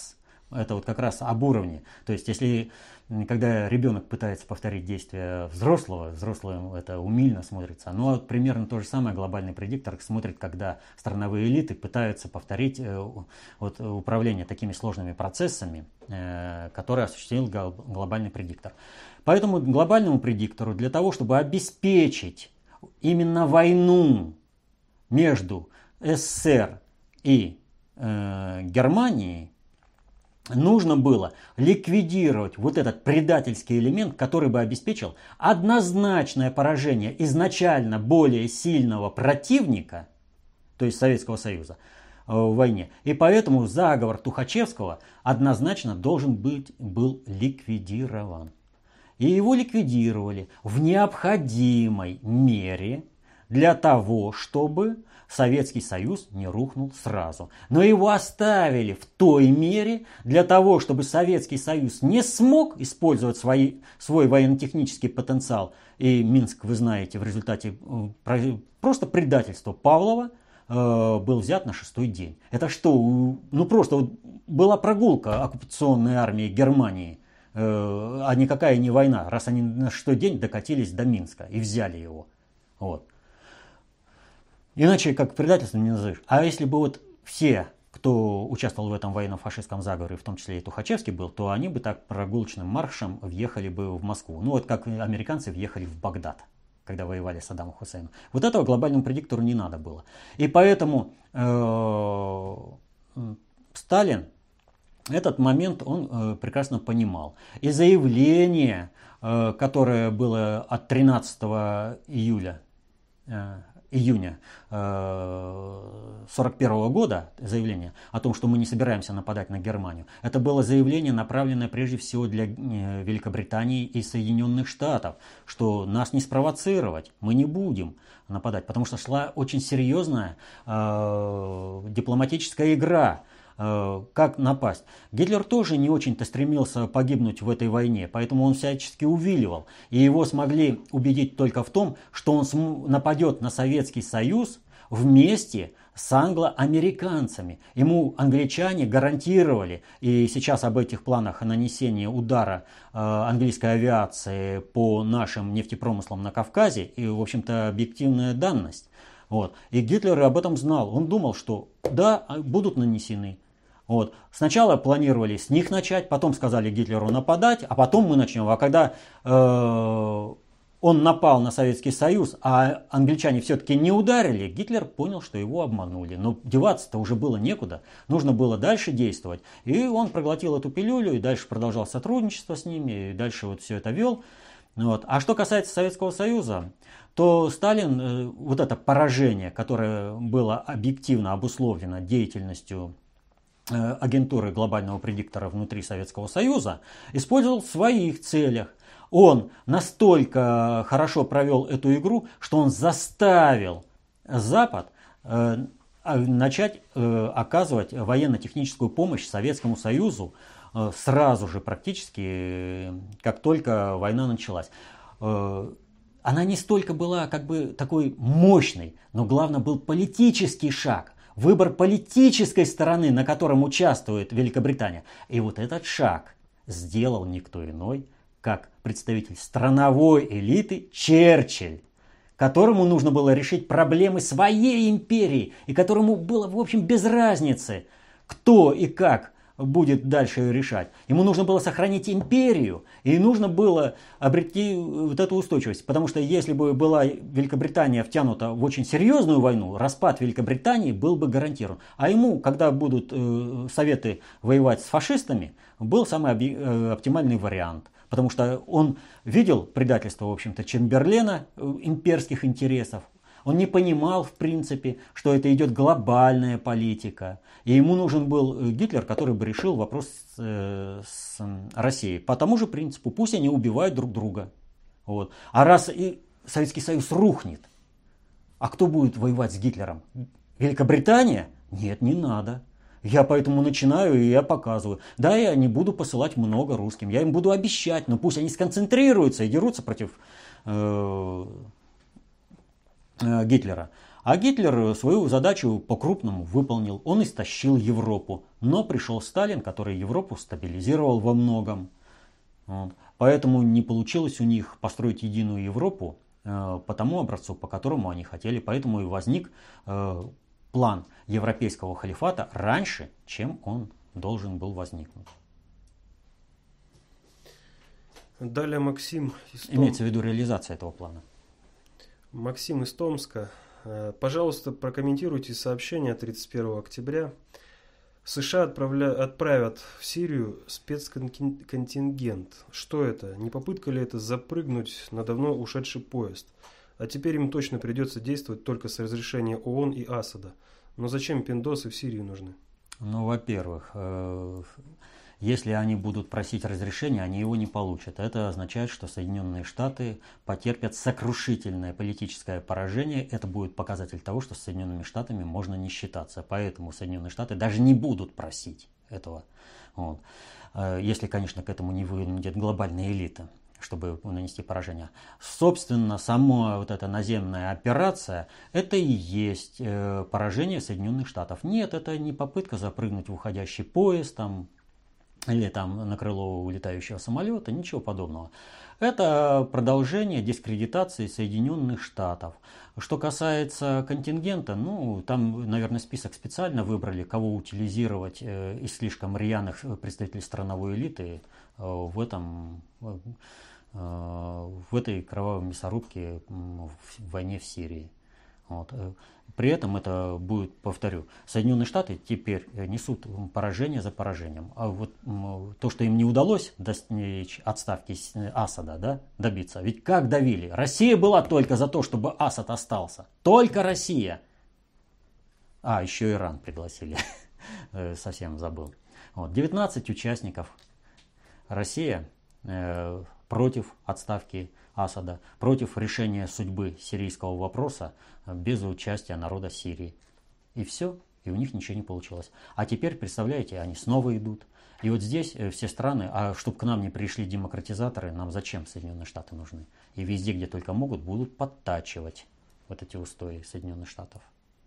Это вот как раз об уровне. То есть, если когда ребенок пытается повторить действия взрослого, взрослым это умильно смотрится. Но вот примерно то же самое глобальный предиктор смотрит, когда страновые элиты пытаются повторить вот, управление такими сложными процессами, которые осуществил глобальный предиктор. Поэтому глобальному предиктору для того, чтобы обеспечить именно войну между СССР и Германией, нужно было ликвидировать вот этот предательский элемент, который бы обеспечил однозначное поражение изначально более сильного противника, то есть Советского Союза, в войне. И поэтому заговор Тухачевского однозначно был ликвидирован. И его ликвидировали в необходимой мере для того, чтобы Советский Союз не рухнул сразу. Но его оставили в той мере для того, чтобы Советский Союз не смог использовать свой военно-технический потенциал. И Минск, вы знаете, в результате просто предательства Павлова был взят на 6-й день. Это что? Ну просто вот была прогулка оккупационной армии Германии, а никакая не война, раз они на 6-й день докатились до Минска и взяли его. Вот. Иначе как предательством не назовешь. А если бы вот все, кто участвовал в этом военно-фашистском заговоре, в том числе и Тухачевский был, то они бы так прогулочным маршем въехали бы в Москву. Ну вот как американцы въехали в Багдад, когда воевали с Саддамом Хусейном. Вот этого глобальному предиктору не надо было. И поэтому Сталин этот момент он прекрасно понимал. И заявление, которое было от 13 июня 1941 года, заявление о том, что мы не собираемся нападать на Германию, это было заявление, направленное прежде всего для Великобритании и Соединенных Штатов, что нас не спровоцировать, мы не будем нападать, потому что шла очень серьезная дипломатическая игра. Как напасть. Гитлер тоже не очень-то стремился погибнуть в этой войне, поэтому он всячески увиливал. И его смогли убедить только в том, что он нападет на Советский Союз вместе с англо-американцами. Ему англичане гарантировали, и сейчас об этих планах нанесения удара английской авиации по нашим нефтепромыслам на Кавказе, и, в общем-то, объективная данность. Вот. И Гитлер об этом знал. Он думал, что да, будут нанесены. Вот. Сначала планировали с них начать, потом сказали Гитлеру нападать, а потом мы начнем. А когда он напал на Советский Союз, а англичане все-таки не ударили, Гитлер понял, что его обманули. Но деваться-то уже было некуда, нужно было дальше действовать. И он проглотил эту пилюлю, и дальше продолжал сотрудничество с ними, и дальше вот все это вел. Вот. А что касается Советского Союза, то Сталин, вот это поражение, которое было объективно обусловлено деятельностью агентуры глобального предиктора внутри Советского Союза, использовал в своих целях. Он настолько хорошо провел эту игру, что он заставил Запад начать оказывать военно-техническую помощь Советскому Союзу сразу же, практически, как только война началась. Она не столько была как бы такой мощной, но главное был политический шаг. Выбор политической стороны, на котором участвует Великобритания. И вот этот шаг сделал никто иной, как представитель страновой элиты Черчилль, которому нужно было решить проблемы своей империи, и которому было, в общем, без разницы, кто и как будет дальше ее решать. Ему нужно было сохранить империю, и нужно было обрести вот эту устойчивость. Потому что если бы была Великобритания втянута в очень серьезную войну, распад Великобритании был бы гарантирован. А ему, когда будут Советы воевать с фашистами, был самый оптимальный вариант. Потому что он видел предательство, в общем-то, Чемберлена, имперских интересов. Он не понимал, в принципе, что это идет глобальная политика. И ему нужен был Гитлер, который бы решил вопрос с Россией. По тому же принципу, пусть они убивают друг друга. Вот. А раз и Советский Союз рухнет, а кто будет воевать с Гитлером? Великобритания? Нет, не надо. Я поэтому начинаю и я показываю. Да, я не буду посылать много русским. Я им буду обещать, но пусть они сконцентрируются и дерутся против Гитлера. А Гитлер свою задачу по-крупному выполнил. Он истощил Европу. Но пришел Сталин, который Европу стабилизировал во многом. Вот. Поэтому не получилось у них построить единую Европу по тому образцу, по которому они хотели. Поэтому и возник план европейского халифата раньше, чем он должен был возникнуть. Далее Максим из Имеется в виду реализация этого плана. Максим из Томска. Пожалуйста, прокомментируйте сообщение 31 октября. США отправят в Сирию спецконтингент. Что это? Не попытка ли это запрыгнуть на давно ушедший поезд? А теперь им точно придется действовать только с разрешения ООН и Асада. Но зачем пиндосы в Сирию нужны? Ну, во-первых, если они будут просить разрешения, они его не получат. Это означает, что Соединенные Штаты потерпят сокрушительное политическое поражение. Это будет показатель того, что с Соединенными Штатами можно не считаться. Поэтому Соединенные Штаты даже не будут просить этого. Вот. Если, конечно, к этому не вынудит глобальная элита, чтобы нанести поражение. Собственно, сама вот эта наземная операция, это и есть поражение Соединенных Штатов. Нет, это не попытка запрыгнуть в уходящий поезд, или на крыло улетающего самолета, ничего подобного. Это продолжение дискредитации Соединенных Штатов. Что касается контингента, там, наверное, список специально выбрали, кого утилизировать из слишком рьяных представителей страновой элиты в этой кровавой мясорубке в войне в Сирии. Вот. При этом это будет, повторю, Соединенные Штаты теперь несут поражение за поражением. А вот то, что им не удалось достичь отставки Асада, добиться. Ведь как давили? Россия была только за то, чтобы Асад остался. Только Россия. А, еще Иран пригласили. Совсем забыл. 19 участников. Россия против отставки Асада, против решения судьбы сирийского вопроса без участия народа Сирии. И все, и у них ничего не получилось. А теперь, представляете, они снова идут. И вот здесь все страны, а чтобы к нам не пришли демократизаторы, нам зачем Соединенные Штаты нужны? И везде, где только могут, будут подтачивать вот эти устои Соединенных Штатов.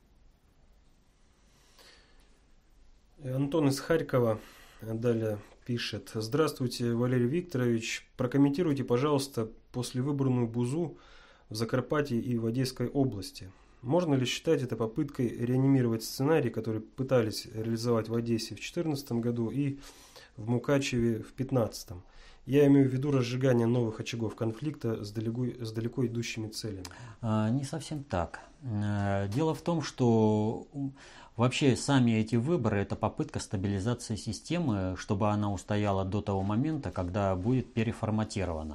Антон из Харькова далее пишет. Здравствуйте, Валерий Викторович. Прокомментируйте, пожалуйста, послевыборную Бузу в Закарпатье и в Одесской области. Можно ли считать это попыткой реанимировать сценарий, который пытались реализовать в Одессе в 2014 году и в Мукачеве в 2015? Я имею в виду разжигание новых очагов конфликта с далеко идущими целями. Не совсем так. Дело в том, что вообще сами эти выборы – это попытка стабилизации системы, чтобы она устояла до того момента, когда будет переформатирована.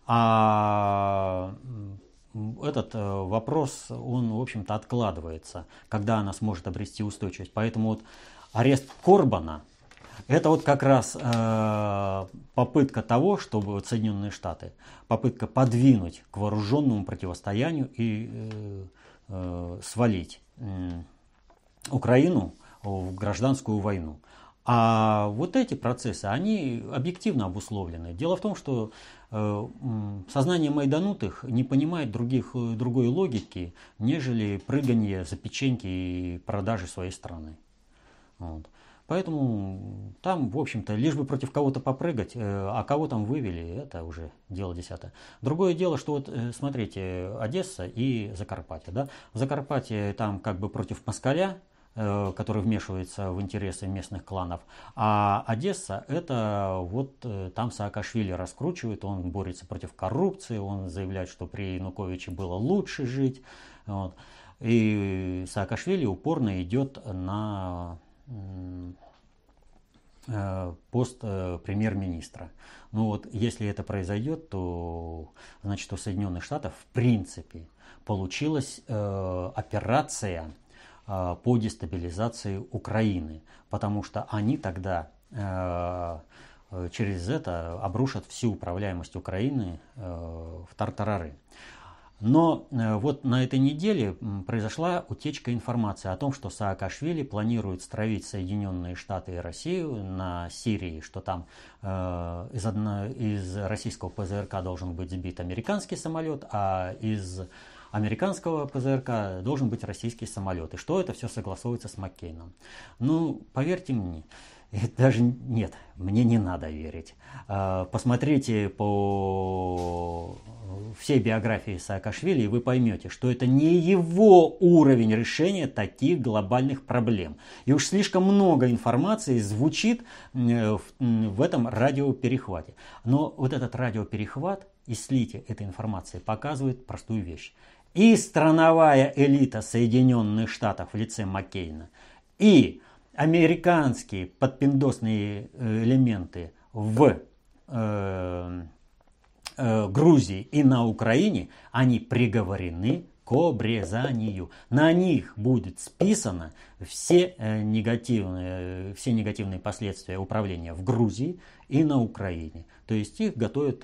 А этот вопрос, он, в общем-то, откладывается, когда она сможет обрести устойчивость. Поэтому вот арест Корбана – это вот как раз попытка того, чтобы вот Соединенные Штаты, попытка подвинуть к вооруженному противостоянию и свалить Украину в гражданскую войну. А вот эти процессы, они объективно обусловлены. Дело в том, что сознание майданутых не понимает другой логики, нежели прыганье за печеньки и продажи своей страны. Вот. Поэтому там, в общем-то, лишь бы против кого-то попрыгать, а кого там вывели, это уже дело десятое. Другое дело, что вот, смотрите, Одесса и Закарпатье. Да? В Закарпатье там как бы против москаля, который вмешивается в интересы местных кланов, а Одесса, это вот там Саакашвили раскручивает, он борется против коррупции, он заявляет, что при Януковиче было лучше жить. Вот. И Саакашвили упорно идет на пост премьер-министра. Ну вот, если это произойдет, то значит у Соединенных Штатов в принципе получилась операция по дестабилизации Украины, потому что они тогда через это обрушат всю управляемость Украины в тартарары. Но вот на этой неделе произошла утечка информации о том, что Саакашвили планирует стравить Соединенные Штаты и Россию на Сирии, что там из российского ПЗРК должен быть сбит американский самолет, а из американского ПЗРК должен быть российский самолет. И что это все согласовывается с Маккейном. Ну, поверьте мне, даже нет, мне не надо верить. Посмотрите по всей биографии Саакашвили, и вы поймете, что это не его уровень решения таких глобальных проблем. И уж слишком много информации звучит в этом радиоперехвате. Но вот этот радиоперехват и слитие этой информации показывает простую вещь. И страновая элита Соединенных Штатов в лице Маккейна, и американские подпиндосные элементы в Грузии и на Украине, они приговорены к обрезанию. На них будет списано все негативные последствия управления в Грузии и на Украине. То есть их готовят,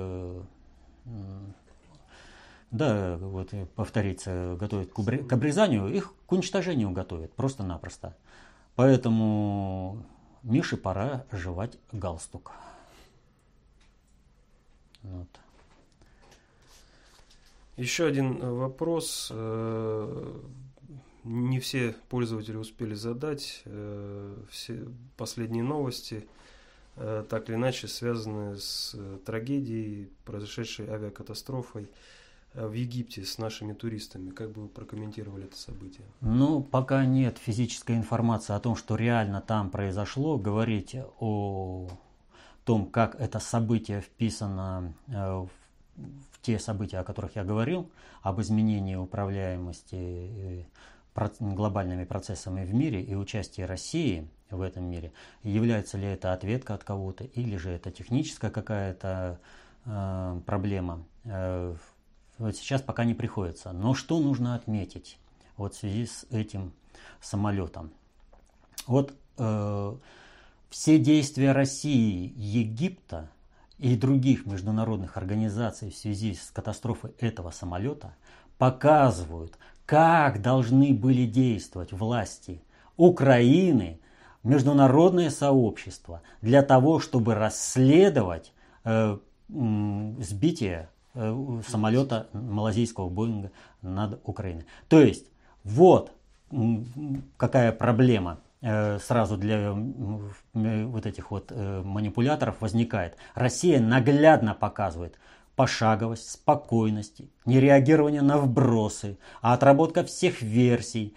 да, вот повторится, готовят к обрезанию, их к уничтожению готовят просто-напросто. Поэтому Мише пора жевать галстук. Вот. Еще один вопрос. Не все пользователи успели задать. Все последние новости, так или иначе, связаны с трагедией, произошедшей авиакатастрофой в Египте с нашими туристами. Как бы вы прокомментировали это событие? Ну, пока нет физической информации о том, что реально там произошло. Говорить о том, как это событие вписано в те события, о которых я говорил, об изменении управляемости глобальными процессами в мире и участии России в этом мире, является ли это ответка от кого-то или же это техническая какая-то проблема, вот сейчас пока не приходится. Но что нужно отметить вот в связи с этим самолетом? Вот все действия России, Египта и других международных организаций в связи с катастрофой этого самолета показывают, как должны были действовать власти Украины, международное сообщество для того, чтобы расследовать сбитие самолета малазийского Боинга над Украиной. То есть вот какая проблема сразу для вот этих вот манипуляторов возникает. Россия наглядно показывает пошаговость, спокойность, не реагирование на вбросы, а отработка всех версий,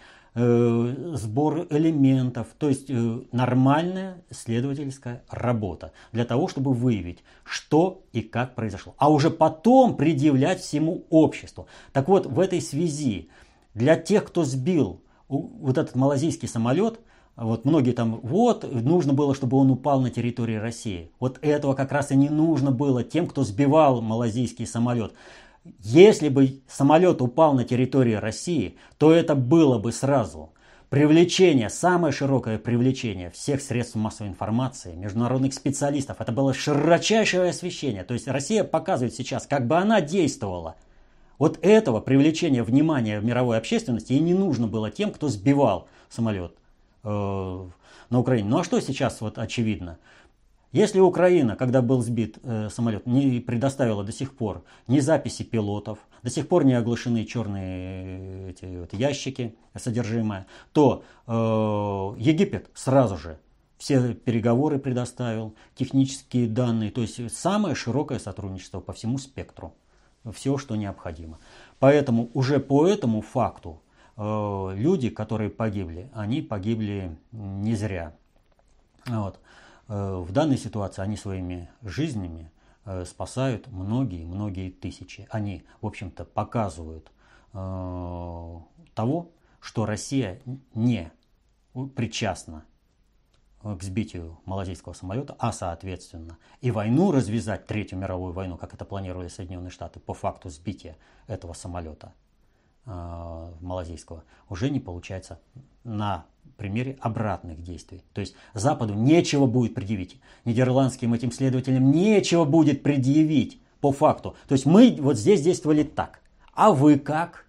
сбор элементов, то есть нормальная исследовательская работа для того, чтобы выявить, что и как произошло, а уже потом предъявлять всему обществу. Так вот, в этой связи для тех, кто сбил вот этот малазийский самолет, вот многие там, вот, нужно было, чтобы он упал на территории России. Вот этого как раз и не нужно было тем, кто сбивал малазийский самолет. Если бы самолет упал на территории России, то это было бы сразу привлечение, самое широкое привлечение всех средств массовой информации, международных специалистов. Это было широчайшее освещение. То есть Россия показывает сейчас, как бы она действовала. Вот этого привлечения внимания в мировой общественности и не нужно было тем, кто сбивал самолет на Украине. Ну а что сейчас вот очевидно? Если Украина, когда был сбит самолет, не предоставила до сих пор ни записи пилотов, до сих пор не оглашены черные эти вот ящики, содержимое, то Египет сразу же все переговоры предоставил, технические данные, то есть самое широкое сотрудничество по всему спектру, все, что необходимо. Поэтому уже по этому факту люди, которые погибли, они погибли не зря. Вот. В данной ситуации они своими жизнями спасают многие тысячи. Они, в общем-то, показывают того, что Россия не причастна к сбитию малазийского самолета, а соответственно и войну развязать, Третью мировую войну, как это планировали Соединенные Штаты, по факту сбития этого самолета малазийского, уже не получается на примере обратных действий. То есть Западу нечего будет предъявить, нидерландским этим следователям нечего будет предъявить по факту. То есть мы вот здесь действовали так, а вы как?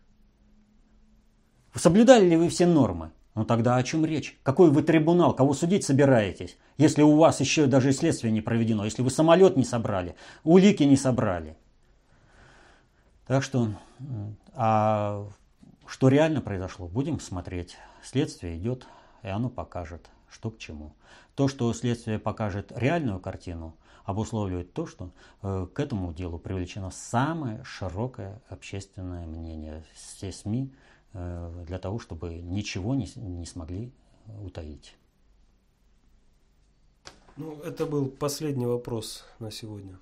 Соблюдали ли вы все нормы? Ну тогда о чем речь? Какой вы трибунал? Кого судить собираетесь? Если у вас еще даже и следствие не проведено, если вы самолет не собрали, улики не собрали. Так что А что реально произошло, будем смотреть. Следствие идет, и оно покажет, что к чему. То, что следствие покажет реальную картину, обусловливает то, что к этому делу привлечено самое широкое общественное мнение, все СМИ, для того, чтобы ничего не смогли утаить. Ну, это был последний вопрос на сегодня.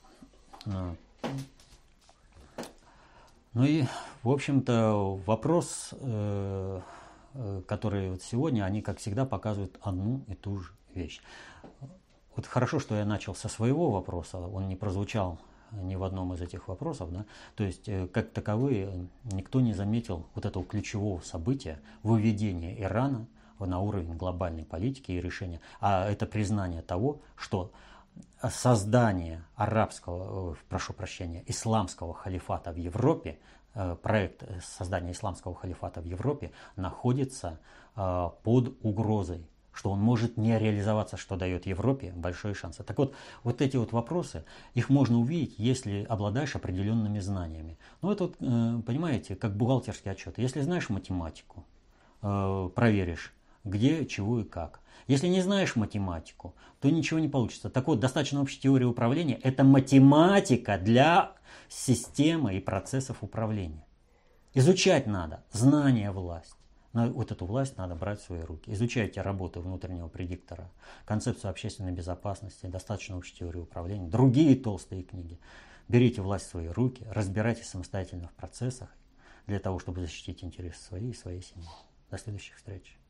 Ну и, в общем-то, вопрос, который вот сегодня, они, как всегда, показывают одну и ту же вещь. Вот хорошо, что я начал со своего вопроса, он не прозвучал ни в одном из этих вопросов, да? То есть, как таковые, никто не заметил вот этого ключевого события, выведения Ирана на уровень глобальной политики и решения, а это признание того, что создание исламского халифата в Европе, проект создания исламского халифата в Европе находится под угрозой, что он может не реализоваться, что дает Европе большие шансы. Так вот, вот эти вот вопросы, их можно увидеть, если обладаешь определенными знаниями. Ну, это, понимаете, как бухгалтерский отчет. Если знаешь математику, проверишь, где, чего и как. Если не знаешь математику, то ничего не получится. Так вот, достаточно общей теории управления – это математика для системы и процессов управления. Изучать надо, знание – власть. Но вот эту власть надо брать в свои руки. Изучайте работу внутреннего предиктора, концепцию общественной безопасности, достаточно общей теории управления, другие толстые книги. Берите власть в свои руки, разбирайтесь самостоятельно в процессах для того, чтобы защитить интересы свои и своей семьи. До следующих встреч.